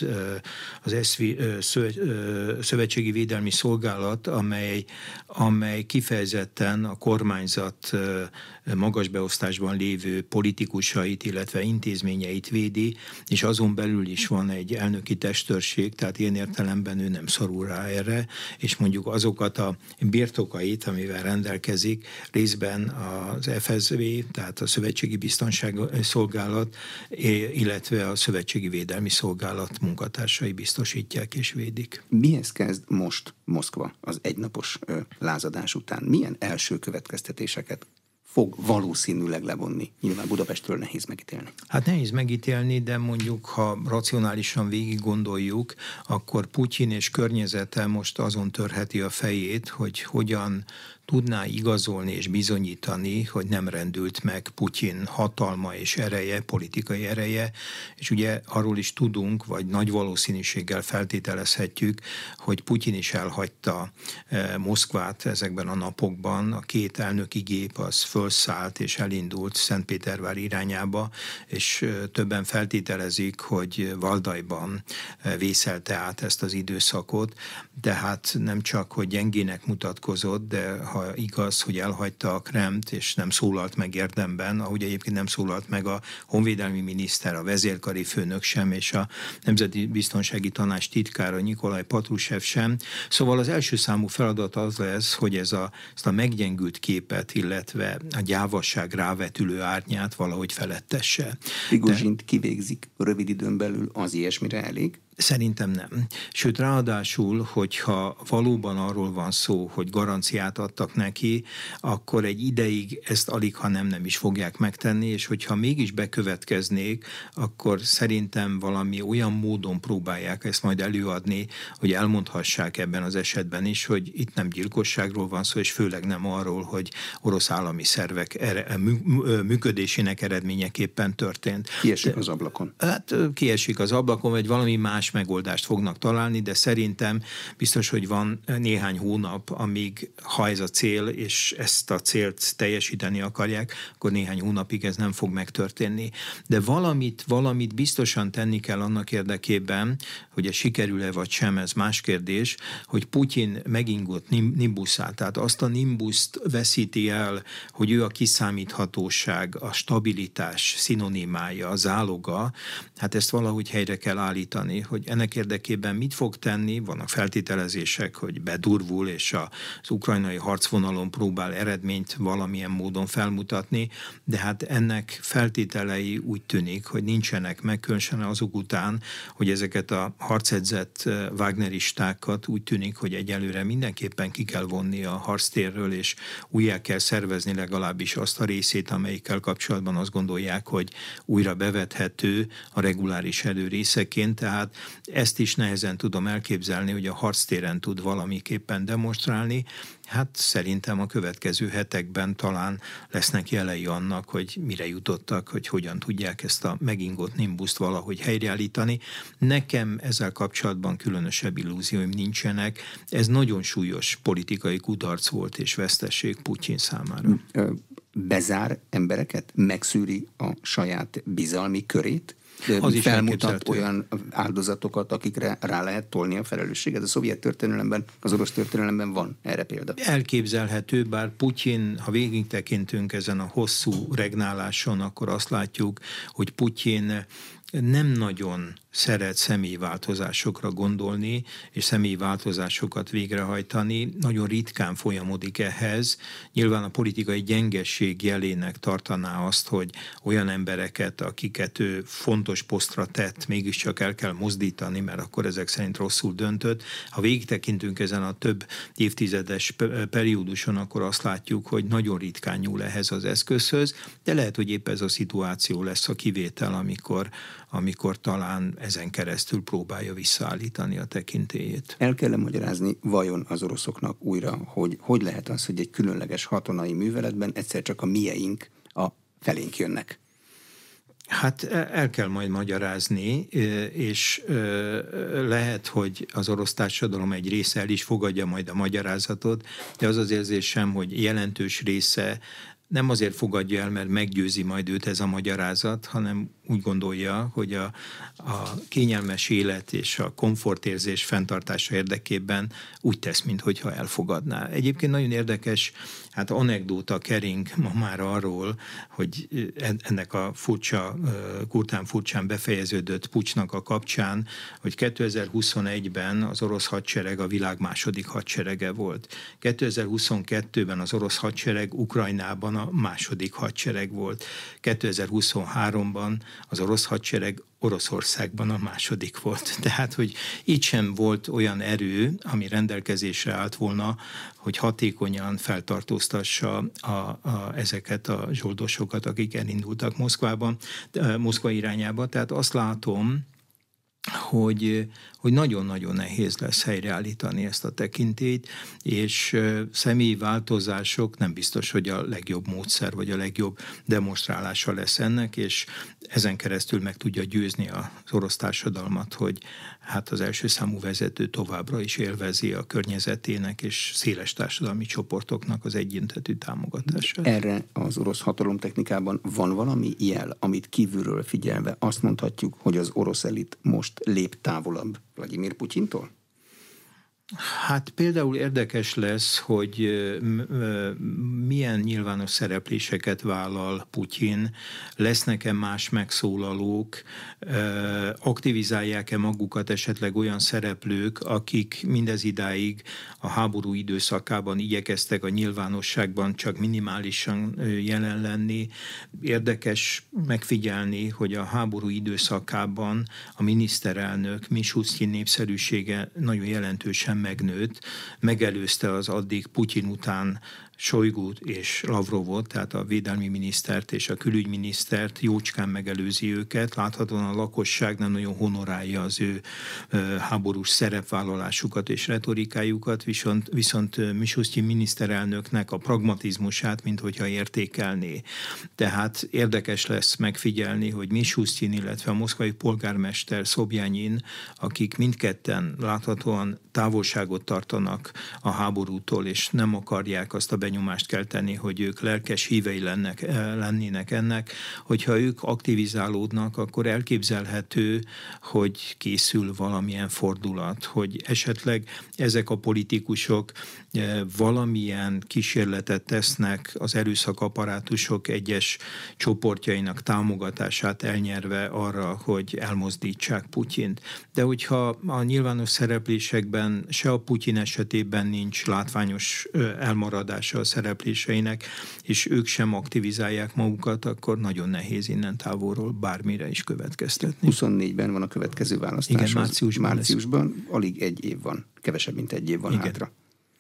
Szövetségi Védelmi Szolgálat, amely kifejezetten a kormányzat magas beosztásban lévő politikusait, illetve intézményeit védi, és azon belül is van egy elnöki testőrség, tehát ilyen értelemben ő nem szorul rá erre, és mondjuk azokat a birtokait, amivel rendelkezik, részben az FSB, tehát a Szövetségi Biztonsági Szolgálat, illetve a Szövetségi Védelmi Szolgálat munkatársai biztosítják és védik. Mihez kezd most Moszkva az egynapos lázadás után? Milyen első következtetéseket fog valószínűleg levonni? Nyilván Budapestről nehéz megítélni. Hát nehéz megítélni, de mondjuk, ha racionálisan végig gondoljuk, akkor Putyin és környezete most azon törheti a fejét, hogy hogyan tudná igazolni és bizonyítani, hogy nem rendült meg Putyin hatalma és ereje, politikai ereje, és ugye arról is tudunk, vagy nagy valószínűséggel feltételezhetjük, hogy Putyin is elhagyta Moszkvát ezekben a napokban. A két elnöki gép az fölszállt és elindult Szentpétervár irányába, és többen feltételezik, hogy Valdajban vészelte át ezt az időszakot, tehát nem csak, hogy gyengének mutatkozott, de ha igaz, hogy elhagyta a Kremlt, és nem szólalt meg érdemben, ahogy egyébként nem szólalt meg a honvédelmi miniszter, a vezérkari főnök sem, és a Nemzeti Biztonsági Tanács titkára Nikolaj Patrushev sem. Szóval az első számú feladat az lesz, hogy ezt a meggyengült képet, illetve a gyávasság rávetülő árnyát valahogy felettesse. Prigozsint kivégzik rövid időn belül, az ilyesmire elég? Szerintem nem. Sőt, ráadásul, hogyha valóban arról van szó, hogy garanciát adtak neki, akkor egy ideig ezt alig, ha nem is fogják megtenni, és hogyha mégis bekövetkeznék, akkor szerintem valami olyan módon próbálják ezt majd előadni, hogy elmondhassák ebben az esetben is, hogy itt nem gyilkosságról van szó, és főleg nem arról, hogy orosz állami szervek működésének eredményeképpen történt. Kiesik az ablakon. Hát kiesik az ablakon, vagy valami más más megoldást fognak találni, de szerintem biztos, hogy van néhány hónap, amíg ha ez a cél, és ezt a célt teljesíteni akarják, akkor néhány hónapig ez nem fog megtörténni. De valamit biztosan tenni kell annak érdekében, hogy ez sikerül-e vagy sem, ez más kérdés, hogy Putyin megingott nimbuszát, tehát azt a nimbuszt veszíti el, hogy ő a kiszámíthatóság, a stabilitás szinonimája, a záloga, hát ezt valahogy helyre kell állítani, hogy ennek érdekében mit fog tenni, vannak feltételezések, hogy bedurvul, és az ukrajnai harcvonalon próbál eredményt valamilyen módon felmutatni, de hát ennek feltételei úgy tűnik, hogy nincsenek meg, különösen azok után, hogy ezeket a harcedzett wagneristákat úgy tűnik, hogy egyelőre mindenképpen ki kell vonni a harctérről, és újjá kell szervezni legalábbis azt a részét, amelyikkel kapcsolatban azt gondolják, hogy újra bevethető a reguláris erő részeként, tehát ezt is nehezen tudom elképzelni, hogy a harctéren tud valamiképpen demonstrálni. Hát szerintem a következő hetekben talán lesznek jelei annak, hogy mire jutottak, hogy hogyan tudják ezt a megingott nimbuszt valahogy helyreállítani. Nekem ezzel kapcsolatban különösebb illúzióim nincsenek. Ez nagyon súlyos politikai kudarc volt és veszteség Putyin számára. Bezár embereket? Megszűri a saját bizalmi körét? Az is felmutat olyan áldozatokat, akikre rá lehet tolni a felelősséget. A szovjet történelemben, az orosz történelemben van erre példa. Elképzelhető, bár Putyin, ha végig tekintünk ezen a hosszú regnáláson, akkor azt látjuk, hogy Putyin nem nagyon szeret személyi változásokra gondolni, és személyi változásokat végrehajtani. Nagyon ritkán folyamodik ehhez. Nyilván a politikai gyengesség jelének tartaná azt, hogy olyan embereket, akiket ő fontos posztra tett, mégiscsak el kell mozdítani, mert akkor ezek szerint rosszul döntött. Ha végig tekintünk ezen a több évtizedes perióduson, akkor azt látjuk, hogy nagyon ritkán nyúl ehhez az eszközhöz, de lehet, hogy épp ez a szituáció lesz a kivétel, amikor talán ezen keresztül próbálja visszaállítani a tekintélyét. El kell magyarázni vajon az oroszoknak újra, hogy lehet az, hogy egy különleges katonai műveletben egyszer csak a mieink a felénk jönnek? Hát el kell majd magyarázni, és lehet, hogy az orosz társadalom egy része el is fogadja majd a magyarázatot, de az az érzésem, hogy jelentős része nem azért fogadja el, mert meggyőzi majd őt ez a magyarázat, hanem úgy gondolja, hogy a kényelmes élet és a komfortérzés fenntartása érdekében úgy tesz, minthogyha elfogadná. Egyébként nagyon érdekes, hát anekdóta kering ma már arról, hogy ennek a furcsán befejeződött puccsnak a kapcsán, hogy 2021-ben az orosz hadsereg a világ második hadserege volt. 2022-ben az orosz hadsereg Ukrajnában a második hadsereg volt. 2023-ban az orosz hadsereg Oroszországban a második volt. Tehát, hogy így sem volt olyan erő, ami rendelkezésre állt volna, hogy hatékonyan feltartóztassa ezeket a zsoldosokat, akik elindultak Moszkva irányába. Tehát azt látom, hogy nagyon-nagyon nehéz lesz helyreállítani ezt a tekintélyt, és személyi változások nem biztos, hogy a legjobb módszer, vagy a legjobb demonstrálása lesz ennek, és ezen keresztül meg tudja győzni az orosz társadalmat, hogy hát az első számú vezető továbbra is élvezi a környezetének és széles társadalmi csoportoknak az egyöntetű támogatását. Erre az orosz hatalomtechnikában van valami jel, amit kívülről figyelve azt mondhatjuk, hogy az orosz elit most lép távolabb Vladimir Putyintól? Hát például érdekes lesz, hogy milyen nyilvános szerepléseket vállal Putyin, lesznek-e más megszólalók, aktivizálják-e magukat esetleg olyan szereplők, akik mindez idáig a háború időszakában igyekeztek a nyilvánosságban csak minimálisan jelen lenni. Érdekes megfigyelni, hogy a háború időszakában a miniszterelnök Mishustin népszerűsége nagyon jelentősen megnőtt, megelőzte az addig Putyin után Šojgút és Lavrovot, tehát a védelmi minisztert és a külügyminisztert jócskán megelőzi őket. Láthatóan a lakosság nem nagyon honorálja az ő háborús szerepvállalásukat és retorikájukat, viszont Mishustin miniszterelnöknek a pragmatizmusát, mint hogyha értékelné. Tehát érdekes lesz megfigyelni, hogy Mishustin, illetve a moszkvai polgármester Szobjanyin, akik mindketten láthatóan távolságot tartanak a háborútól, és nem akarják azt a benyomást kelteni, hogy ők lelkes hívei lennének ennek, hogyha ők aktivizálódnak, akkor elképzelhető, hogy készül valamilyen fordulat, hogy esetleg ezek a politikusok valamilyen kísérletet tesznek az erőszakapparátusok egyes csoportjainak támogatását elnyerve arra, hogy elmozdítsák Putyint. De hogyha a nyilvános szereplésekben se a Putyin esetében nincs látványos elmaradása a szerepléseinek, és ők sem aktivizálják magukat, akkor nagyon nehéz innen távolról bármire is következtetni. 24-ben van a következő választás. Igen, márciusban alig egy év van, kevesebb, mint egy év van hátra.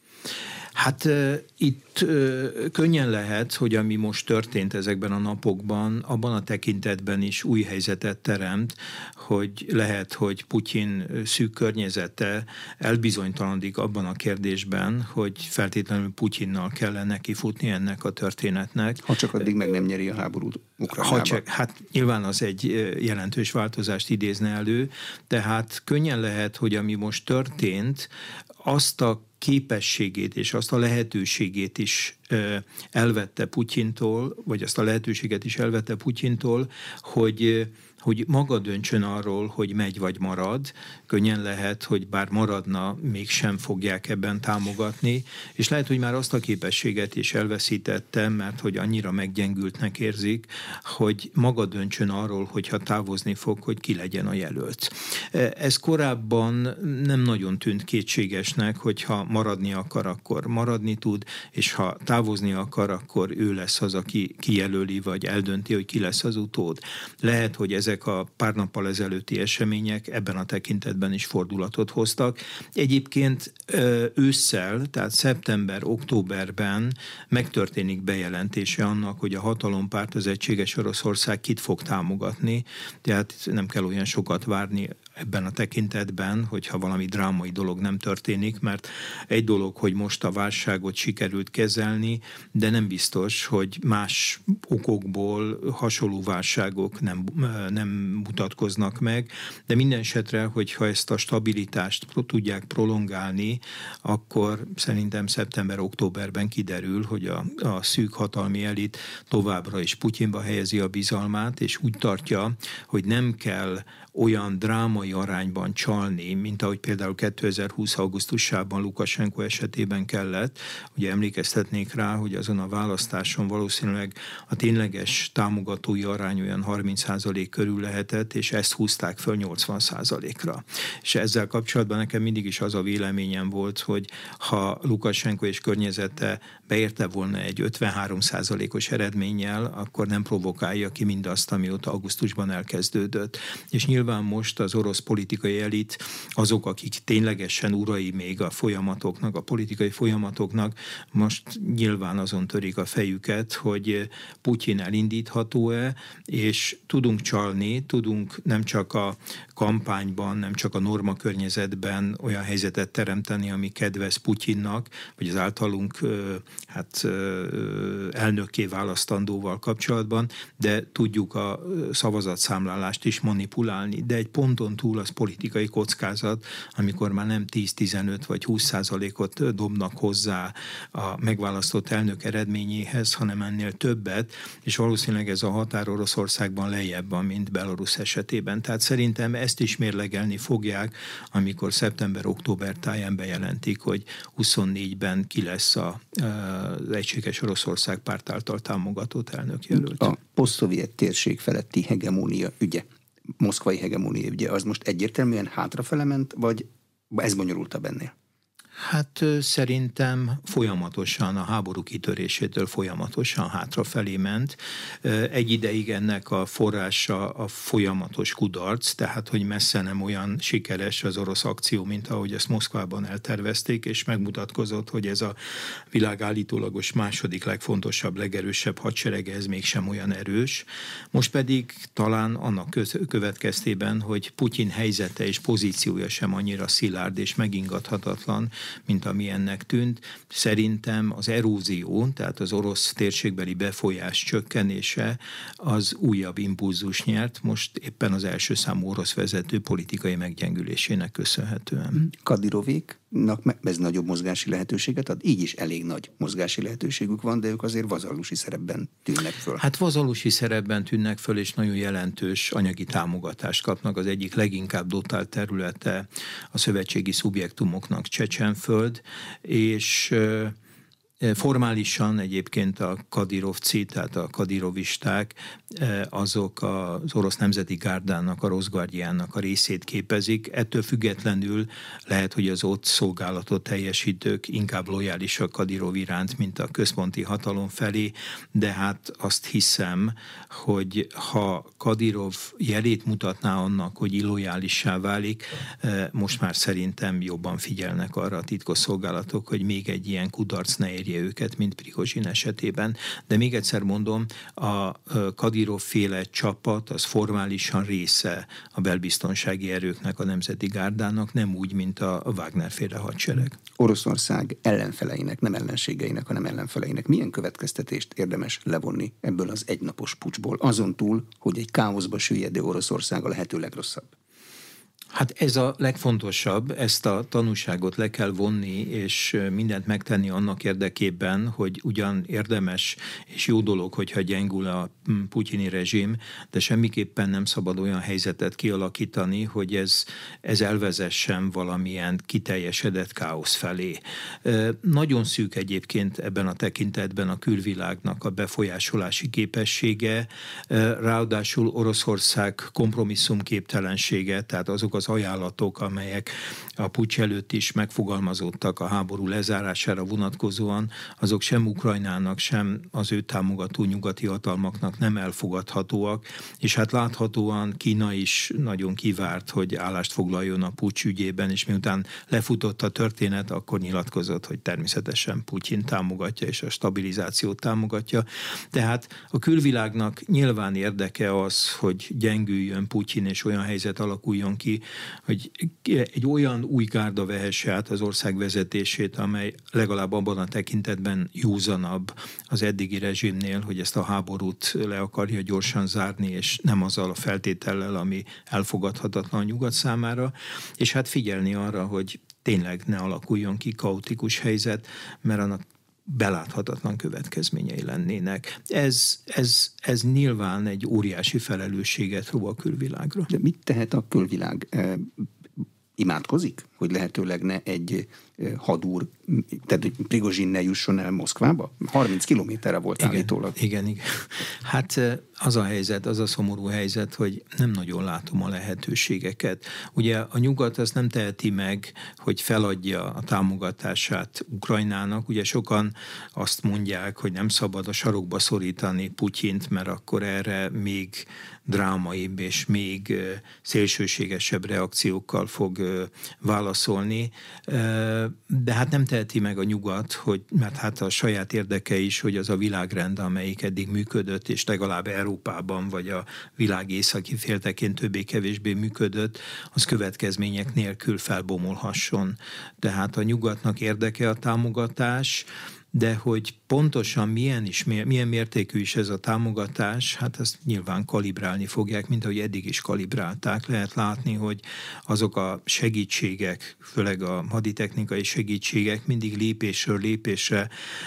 Hát itt könnyen lehet, hogy ami most történt ezekben a napokban, abban a tekintetben is új helyzetet teremt, hogy lehet, hogy Putyin szűk környezete elbizonytalanodik abban a kérdésben, hogy feltétlenül Putyinnal kellene kifutni ennek a történetnek. Ha csak addig meg nem nyeri a háborút Ukrajnában. Hát nyilván az egy jelentős változást idézne elő, tehát könnyen lehet, hogy ami most történt, azt a képességét és azt a lehetőségét is elvette Putyintól, vagy azt a lehetőséget is elvette Putyintól, hogy maga döntsön arról, hogy megy vagy marad. Könnyen lehet, hogy bár maradna, mégsem fogják ebben támogatni, és lehet, hogy már azt a képességet is elveszítette, mert hogy annyira meggyengültnek érzik, hogy maga döntsön arról, hogyha távozni fog, hogy ki legyen a jelölt. Ez korábban nem nagyon tűnt kétségesnek, hogyha maradni akar, akkor maradni tud, és ha távozni akar, akkor ő lesz az, aki kijelöli, vagy eldönti, hogy ki lesz az utód. Lehet, hogy ezek a pár nappal ezelőtti események ebben a tekintetben is fordulatot hoztak. Egyébként ősszel, tehát szeptember-októberben megtörténik bejelentése annak, hogy a hatalompárt, az Egységes Oroszország kit fog támogatni, tehát nem kell olyan sokat várni ebben a tekintetben, hogyha valami drámai dolog nem történik, mert egy dolog, hogy most a válságot sikerült kezelni, de nem biztos, hogy más okokból hasonló válságok nem mutatkoznak meg, de minden esetre, hogyha ezt a stabilitást tudják prolongálni, akkor szerintem szeptember-októberben kiderül, hogy a szűk hatalmi elit továbbra is Putyinba helyezi a bizalmát, és úgy tartja, hogy nem kell olyan drámai arányban csalni, mint ahogy például 2020. augusztusában Lukasenko esetében kellett. Ugye emlékeztetnék rá, hogy azon a választáson valószínűleg a tényleges támogatói arány olyan 30% körül lehetett, és ezt húzták föl 80%-ra. És ezzel kapcsolatban nekem mindig is az a véleményem volt, hogy ha Lukasenko és környezete beérte volna egy 53%-os eredménnyel, akkor nem provokálja ki mindazt, ami ott augusztusban elkezdődött. És nyilván most az orosz politikai elit, azok, akik ténylegesen urai még a folyamatoknak, a politikai folyamatoknak, most nyilván azon törik a fejüket, hogy Putyin elindítható-e, és tudunk csalni, tudunk nem csak a kampányban, nem csak a norma környezetben olyan helyzetet teremteni, ami kedvez Putyinnak, vagy az általunk elnökké választandóval kapcsolatban, de tudjuk a szavazatszámlálást is manipulálni. De egy ponton túl az politikai kockázat, amikor már nem 10-15 vagy 20%-ot dobnak hozzá a megválasztott elnök eredményéhez, hanem ennél többet, és valószínűleg ez a határ Oroszországban lejjebb van, mint Belarus esetében. Tehát szerintem ezt is mérlegelni fogják, amikor szeptember-október táján bejelentik, hogy 24-ben ki lesz az Egységes Oroszország párt által támogatott elnökjelölt. A posztszovjet térség feletti hegemónia ügye, moszkvai hegemónia ügye, az most egyértelműen hátrafele ment, vagy ez bonyolultabb ennél? Hát szerintem folyamatosan, a háború kitörésétől folyamatosan hátrafelé ment. Egy ideig ennek a forrása a folyamatos kudarc, tehát hogy messze nem olyan sikeres az orosz akció, mint ahogy ezt Moszkvában eltervezték, és megmutatkozott, hogy ez a világ állítólagos második legfontosabb, legerősebb hadserege, ez mégsem olyan erős. Most pedig talán annak következtében, hogy Putyin helyzete és pozíciója sem annyira szilárd és megingathatatlan, mint ami ennek tűnt. Szerintem az erózió, tehát az orosz térségbeli befolyás csökkenése az újabb impulzus nyert, most éppen az első számú orosz vezető politikai meggyengülésének köszönhetően. Kadirovéknak ez nagyobb mozgási lehetőséget ad? Így is elég nagy mozgási lehetőségük van, de ők azért vazallusi szerepben tűnnek föl. Hát vazallusi szerepben tűnnek föl, és nagyon jelentős anyagi támogatást kapnak. Az egyik leginkább dotált területe a szövetségi szubjektumoknak Csecsenföld, és formálisan egyébként a kadirovci, tehát a kadirovisták, azok az orosz nemzeti gárdának, a Rosgvardjának a részét képezik. Ettől függetlenül lehet, hogy az ott szolgálatot teljesítők inkább lojálisak Kadirov iránt, mint a központi hatalom felé, de hát azt hiszem, hogy ha Kadirov jelét mutatná annak, hogy illojálissá válik, most már szerintem jobban figyelnek arra a titkosszolgálatok, hogy még egy ilyen kudarc ne érje őket, mint Prigozsin esetében. De még egyszer mondom, a Kadirov-féle csapat az formálisan része a belbiztonsági erőknek, a nemzeti gárdának, nem úgy, mint a Wagner-féle hadsereg. Oroszország ellenfeleinek, nem ellenségeinek, hanem ellenfeleinek milyen következtetést érdemes levonni ebből az egynapos puccsból, azon túl, hogy egy káoszba süllyedő Oroszország a lehető legrosszabb? Hát ez a legfontosabb, ezt a tanúságot le kell vonni, és mindent megtenni annak érdekében, hogy ugyan érdemes és jó dolog, hogyha gyengül a putyini rezsim, de semmiképpen nem szabad olyan helyzetet kialakítani, hogy ez elvezessen valamilyen kiteljesedett káosz felé. Nagyon szűk egyébként ebben a tekintetben a külvilágnak a befolyásolási képessége, ráadásul Oroszország kompromisszumképtelensége, tehát azok az ajánlatok, amelyek a puccs előtt is megfogalmazódtak a háború lezárására vonatkozóan, azok sem Ukrajnának, sem az ő támogató nyugati hatalmaknak nem elfogadhatóak, és hát láthatóan Kína is nagyon kivárt, hogy állást foglaljon a puccs ügyében, és miután lefutott a történet, akkor nyilatkozott, hogy természetesen Putyin támogatja, és a stabilizációt támogatja. Tehát a külvilágnak nyilván érdeke az, hogy gyengüljön Putyin, és olyan helyzet alakuljon ki, hogy egy olyan új gárda vehesse át az ország vezetését, amely legalább abban a tekintetben józanabb az eddigi rezsimnél, hogy ezt a háborút le akarja gyorsan zárni, és nem azzal a feltétellel, ami elfogadhatatlan nyugat számára, és hát figyelni arra, hogy tényleg ne alakuljon ki kaotikus helyzet, mert annak beláthatatlan következményei lennének. Ez nyilván egy óriási felelősséget ró a külvilágra. De mit tehet a külvilág? Imádkozik, hogy lehetőleg ne egy hadúr, tehát hogy Prigozsin ne jusson el Moszkvába? 30 kilométerre volt állítólag. Igen. Hát az a helyzet, az a szomorú helyzet, hogy nem nagyon látom a lehetőségeket. Ugye a nyugat azt nem teheti meg, hogy feladja a támogatását Ukrajnának. Ugye sokan azt mondják, hogy nem szabad a sarokba szorítani Putyint, mert akkor erre még drámaibb és még szélsőségesebb reakciókkal fog válaszolni. De hát nem teheti meg a nyugat, mert hát a saját érdeke is, hogy az a világrend, amelyik eddig működött, és legalább Európában, vagy a világ északi féltekén többé-kevésbé működött, az következmények nélkül felbomolhasson. Tehát a nyugatnak érdeke a támogatás, de hogy pontosan milyen mértékű is ez a támogatás, hát ezt nyilván kalibrálni fogják, mint ahogy eddig is kalibrálták. Lehet látni, hogy azok a segítségek, főleg a haditechnikai segítségek mindig lépésről lépésre,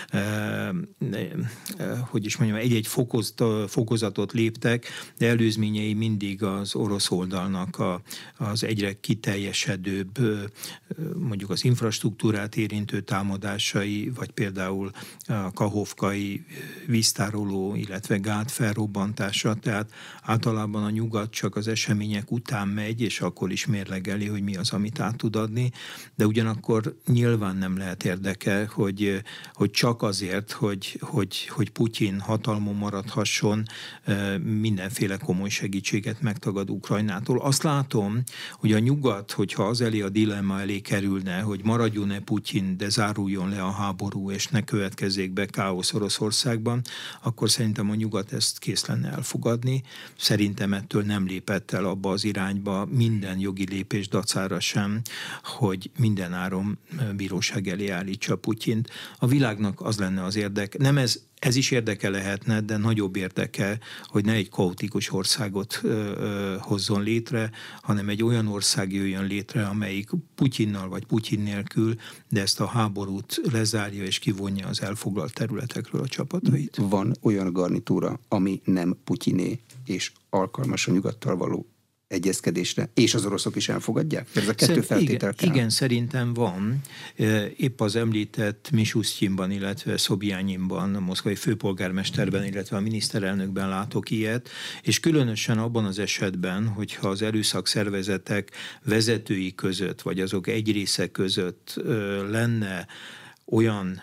egy-egy fokozatot léptek, de előzményei mindig az orosz oldalnak az egyre kiteljesedőbb, mondjuk az infrastruktúrát érintő támadásai, vagy például például a kahovkai víztároló, illetve gát felrobbantása, tehát általában a nyugat csak az események után megy, és akkor is mérlegeli, hogy mi az, amit át tud adni, de ugyanakkor nyilván nem lehet érdeke, hogy csak azért, hogy Putyin hatalmon maradhasson, mindenféle komoly segítséget megtagad Ukrajnától. Azt látom, hogy a nyugat, hogyha az elé a dilemma elé kerülne, hogy maradjon-e Putyin, de záruljon le a háború, és ne következzék be káosz Oroszországban, akkor szerintem a nyugat ezt kész lenne elfogadni. Szerintem ettől nem lépett el abba az irányba minden jogi lépés dacára sem, hogy minden áron bíróság elé állítsa Putyint. A világnak az lenne az érdek. Nem ez is érdeke lehetne, de nagyobb érdeke, hogy ne egy kaotikus országot hozzon létre, hanem egy olyan ország jöjjön létre, amelyik Putyinnal vagy Putyin nélkül, de ezt a háborút lezárja és kivonja az elfoglalt területekről a csapatait. Van olyan garnitúra, ami nem Putyiné, és alkalmas a nyugattal való egyezkedésre, és az oroszok is elfogadják? Ez a kettő feltétel kell. Igen, szerintem van. Épp az említett Mishustinban, illetve Szobjányinban, a moszkvai főpolgármesterben, illetve a miniszterelnökben látok ilyet, és különösen abban az esetben, hogyha az erőszakszervezetek vezetői között, vagy azok egy része között lenne olyan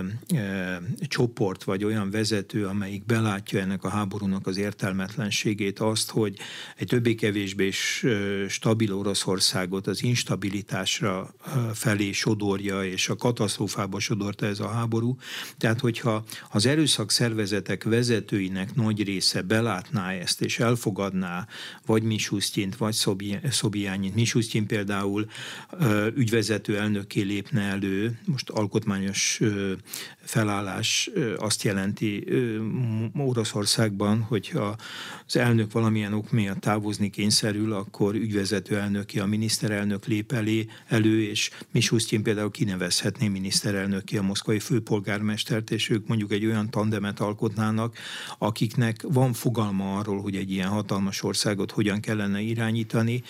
csoport, vagy olyan vezető, amelyik belátja ennek a háborúnak az értelmetlenségét, azt, hogy egy többé-kevésbé stabil Oroszországot az instabilitásra felé sodorja, és a katasztrófába sodorta ez a háború. Tehát, hogyha az erőszakszervezetek vezetőinek nagy része belátná ezt, és elfogadná vagy Mishustint, vagy Szobjányint. Mishustin például ügyvezető elnökké lépne elő, most alkotmányos felállás azt jelenti Oroszországban, hogyha az elnök valamilyen ok miatt távozni kényszerül, akkor ügyvezető elnöki, a miniszterelnök lép elő, és Mishustin például kinevezhetné miniszterelnöki a moszkvai főpolgármestert, és ők mondjuk egy olyan tandemet alkotnának, akiknek van fogalma arról, hogy egy ilyen hatalmas országot hogyan kellene irányítani,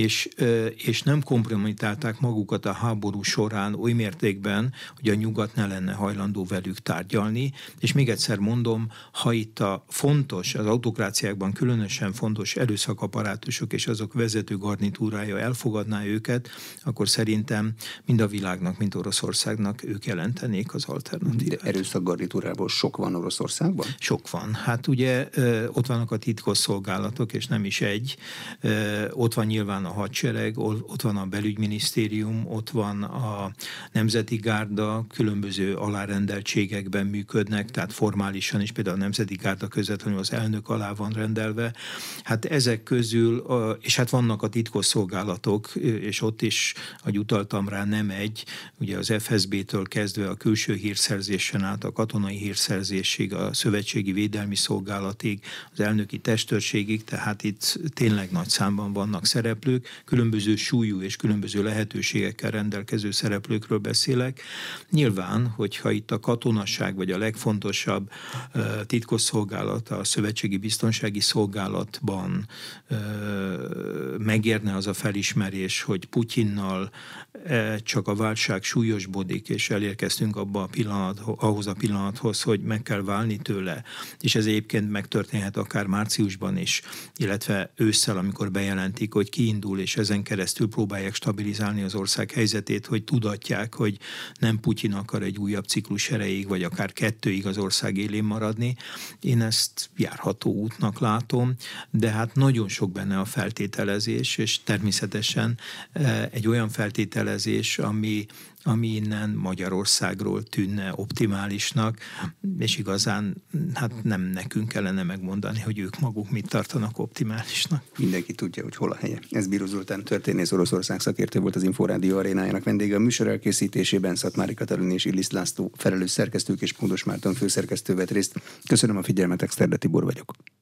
és nem kompromittálták magukat a háború során oly mértékben, hogy a nyugat ne lenne hajlandó velük tárgyalni, és még egyszer mondom, ha itt az autokráciákban különösen fontos erőszakaparátusok és azok vezető garnitúrája elfogadná őket, akkor szerintem mind a világnak, mind Oroszországnak ők jelentenék az alternatívát. De erőszakgarnitúrából sok van Oroszországban? Sok van. Hát ugye ott vannak a titkosszolgálatok, és nem is egy. Ott van nyilván a hadsereg, ott van a belügyminisztérium, ott van a Nemzeti Gárda, különböző alárendeltségekben működnek, tehát formálisan is például a Nemzeti Gárda közvetlenül az elnök alá van rendelve. Hát ezek közül, és hát vannak a titkosszolgálatok, és ott is, ahogy utaltam rá, nem egy, ugye az FSB-től kezdve a külső hírszerzésen át, a katonai hírszerzésig, a Szövetségi Védelmi Szolgálatig, az elnöki testőrségig, tehát itt tényleg nagy számban vannak szereplők, különböző súlyú és különböző lehetőségekkel rendelkező szereplőkről beszélek. Nyilván, hogyha itt a katonasság, vagy a legfontosabb titkosszolgálat, a Szövetségi Biztonsági Szolgálatban megérne az a felismerés, hogy Putyinnal csak a válság súlyosbodik, és elérkeztünk ahhoz a pillanathoz, hogy meg kell válni tőle, és ez egyébként megtörténhet akár márciusban is, illetve ősszel, amikor bejelentik, hogy kiindul, és ezen keresztül próbálják stabilizálni az ország helyzetét, hogy tudatják, hogy nem Putyin akar egy újabb ciklus erejéig, vagy akár 2-ig az ország élén maradni. Én ezt járható útnak látom, de hát nagyon sok benne a feltételezés, és természetesen egy olyan feltételezés, ami innen Magyarországról tűnne optimálisnak, és igazán hát nem nekünk kellene megmondani, hogy ők maguk mit tartanak optimálisnak. Mindenki tudja, hogy hol a helye. Ez Bíró Zoltán történész, Oroszország szakértő volt, az Inforádió arénájának vendége. A műsor elkészítésében Szatmári Katalin és Illis László felelős szerkesztők és Módos Márton főszerkesztő vett részt. Köszönöm a figyelmet, Exterde Tibor vagyok.